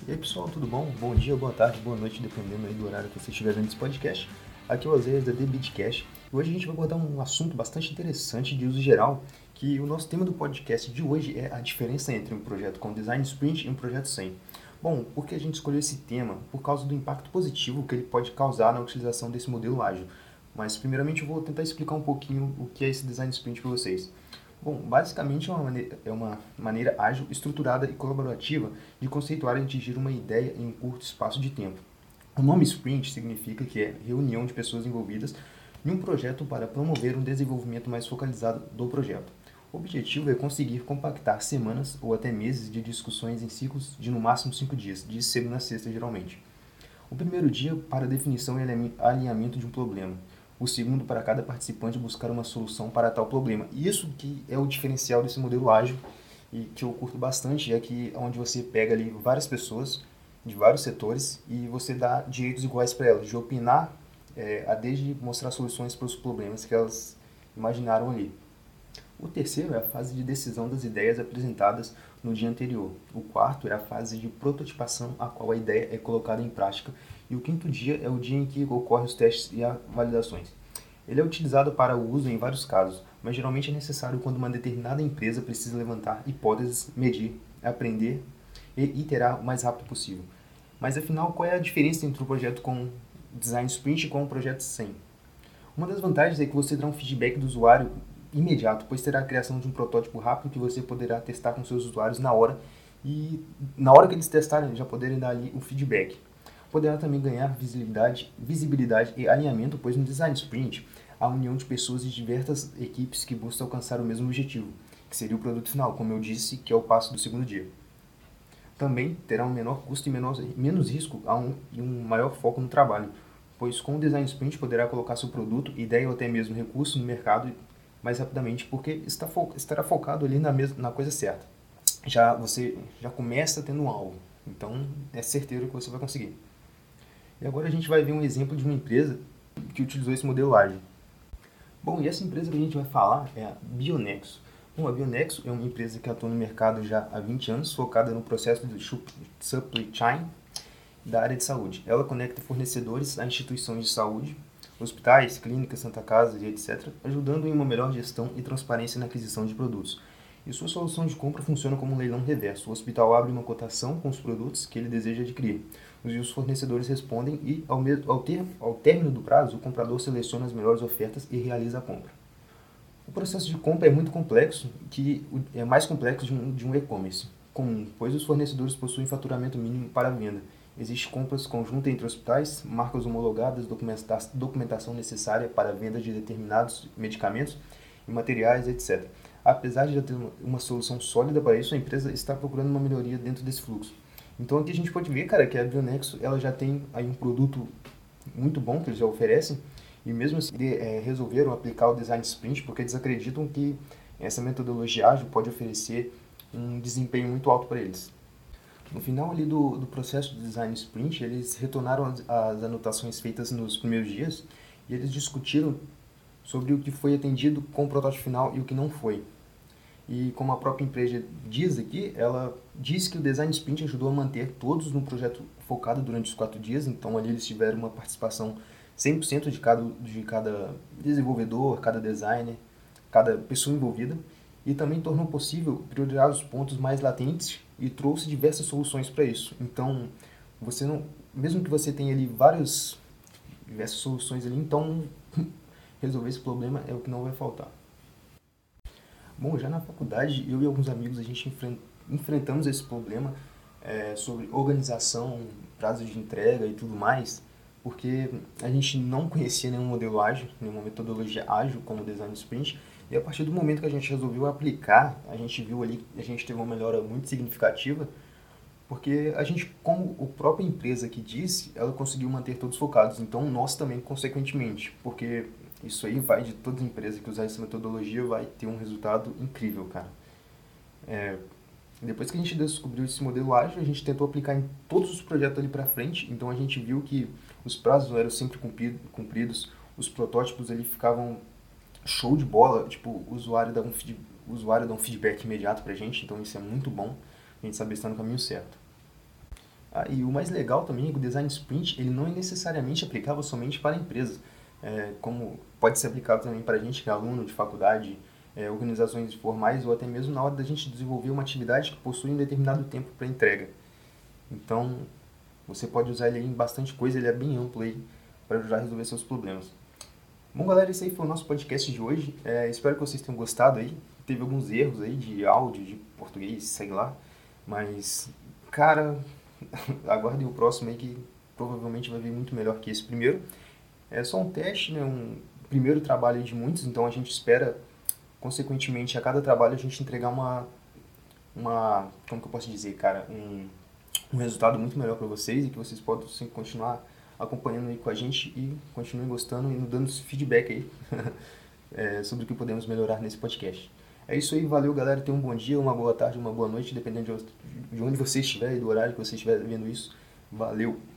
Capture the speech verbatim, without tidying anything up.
E aí pessoal, tudo bom? Bom dia, boa tarde, boa noite, dependendo aí do horário que você estiver vendo esse podcast. Aqui é o Oséias da The Beatcast e hoje a gente vai abordar um assunto bastante interessante de uso geral, que o nosso tema do podcast de hoje é a diferença entre um projeto com design sprint e um projeto sem. Bom, por que a gente escolheu esse tema? Por causa do impacto positivo que ele pode causar na utilização desse modelo ágil. Mas primeiramente eu vou tentar explicar um pouquinho o que é esse design sprint para vocês. Bom, basicamente é uma, maneira, é uma maneira ágil, estruturada e colaborativa de conceituar e atingir uma ideia em um curto espaço de tempo. O nome sprint significa que é reunião de pessoas envolvidas em um projeto para promover um desenvolvimento mais focalizado do projeto. O objetivo é conseguir compactar semanas ou até meses de discussões em ciclos de no máximo cinco dias, de segunda a sexta geralmente. O primeiro dia para definição e alinhamento de um problema. O segundo para cada participante buscar uma solução para tal problema. Isso que é o diferencial desse modelo ágil e que eu curto bastante, é que é onde você pega ali várias pessoas de vários setores e você dá direitos iguais para elas, de opinar, é, a desde mostrar soluções para os problemas que elas imaginaram ali. O terceiro é a fase de decisão das ideias apresentadas no dia anterior. O quarto é a fase de prototipação, a qual a ideia é colocada em prática. E o quinto dia é o dia em que ocorrem os testes e as validações. Ele é utilizado para o uso em vários casos, mas geralmente é necessário quando uma determinada empresa precisa levantar hipóteses, medir, aprender e iterar o mais rápido possível. Mas afinal, qual é a diferença entre um projeto com design sprint e com um projeto sem? Uma das vantagens é que você terá um feedback do usuário imediato, pois terá a criação de um protótipo rápido que você poderá testar com seus usuários na hora e na hora que eles testarem já poderem dar ali o feedback. Poderá também ganhar visibilidade, visibilidade e alinhamento, pois no design sprint há a união de pessoas de diversas equipes que buscam alcançar o mesmo objetivo, que seria o produto final, como eu disse, que é o passo do segundo dia. Também terá um menor custo e menor, menos risco a um, e um maior foco no trabalho, pois com o design sprint poderá colocar seu produto, ideia ou até mesmo recurso no mercado mais rapidamente, porque está fo- estará focado ali na, mes- na coisa certa. Já você já começa tendo um alvo, então é certeiro que você vai conseguir. E agora a gente vai ver um exemplo de uma empresa que utilizou esse modelo ágil. Bom, e essa empresa que a gente vai falar é a Bionexo. Bom, a Bionexo é uma empresa que atua no mercado já há vinte anos, focada no processo de supply chain da área de saúde. Ela conecta fornecedores a instituições de saúde, hospitais, clínicas, Santa Casa e etcétera, ajudando em uma melhor gestão e transparência na aquisição de produtos. E sua solução de compra funciona como um leilão reverso. O hospital abre uma cotação com os produtos que ele deseja adquirir. E os fornecedores respondem e, ao, mesmo, ao, ter, ao término do prazo, o comprador seleciona as melhores ofertas e realiza a compra. O processo de compra é muito complexo, que é mais complexo de um, de um e-commerce comum, pois os fornecedores possuem faturamento mínimo para a venda. Existe compras conjuntas entre hospitais, marcas homologadas, documentação necessária para a venda de determinados medicamentos e materiais, etcétera. Apesar de já ter uma solução sólida para isso, a empresa está procurando uma melhoria dentro desse fluxo. Então aqui a gente pode ver, cara, que a Bionexo ela já tem aí um produto muito bom que eles já oferecem e mesmo assim é, resolveram aplicar o design sprint porque eles acreditam que essa metodologia ágil pode oferecer um desempenho muito alto para eles. No final ali do, do processo de design sprint, eles retornaram as, as anotações feitas nos primeiros dias e eles discutiram sobre o que foi atendido com o protótipo final e o que não foi. E como a própria empresa diz aqui, ela diz que o design sprint ajudou a manter todos no projeto focado durante os quatro dias, então ali eles tiveram uma participação cem por cento de cada, de cada desenvolvedor, cada designer, cada pessoa envolvida, e também tornou possível priorizar os pontos mais latentes e trouxe diversas soluções para isso. Então, você não, mesmo que você tenha ali várias diversas soluções ali, então resolver esse problema é o que não vai faltar. Bom, já na faculdade, eu e alguns amigos, a gente enfren- enfrentamos esse problema é, sobre organização, prazo de entrega e tudo mais, porque a gente não conhecia nenhum modelo ágil, nenhuma metodologia ágil como o design sprint, e a partir do momento que a gente resolveu aplicar, a gente viu ali, a gente teve uma melhora muito significativa, porque a gente, como a própria empresa que disse, ela conseguiu manter todos focados, então nós também, consequentemente, porque isso aí vai de toda empresa que usar essa metodologia vai ter um resultado incrível, cara. É, depois que a gente descobriu esse modelo ágil, a gente tentou aplicar em todos os projetos ali para frente, então a gente viu que os prazos eram sempre cumpridos, os protótipos ali ficavam show de bola, tipo, o usuário dá um, feed, o usuário dá um feedback imediato pra gente, então isso é muito bom, a gente saber estar no caminho certo. Ah, e o mais legal também é que o Design Sprint ele não é necessariamente aplicável somente para empresas, é, como pode ser aplicado também para a gente que é aluno de faculdade, é, organizações formais ou até mesmo na hora da gente desenvolver uma atividade que possui um determinado tempo para entrega. Então, você pode usar ele em bastante coisa, ele é bem amplo aí para ajudar a resolver seus problemas. Bom, galera, esse aí foi o nosso podcast de hoje. É, espero que vocês tenham gostado aí. Teve alguns erros aí de áudio, de português, sei lá. Mas, cara, aguardem o próximo aí que provavelmente vai vir muito melhor que esse primeiro. É só um teste, né? Um primeiro trabalho de muitos, então a gente espera, consequentemente, a cada trabalho a gente entregar uma, uma como que eu posso dizer, cara, um, um resultado muito melhor para vocês e que vocês possam continuar acompanhando aí com a gente e continuem gostando e nos dando feedback aí é, sobre o que podemos melhorar nesse podcast. É isso aí, valeu galera, tenham um bom dia, uma boa tarde, uma boa noite, dependendo de onde você estiver e do horário que você estiver vendo isso. Valeu!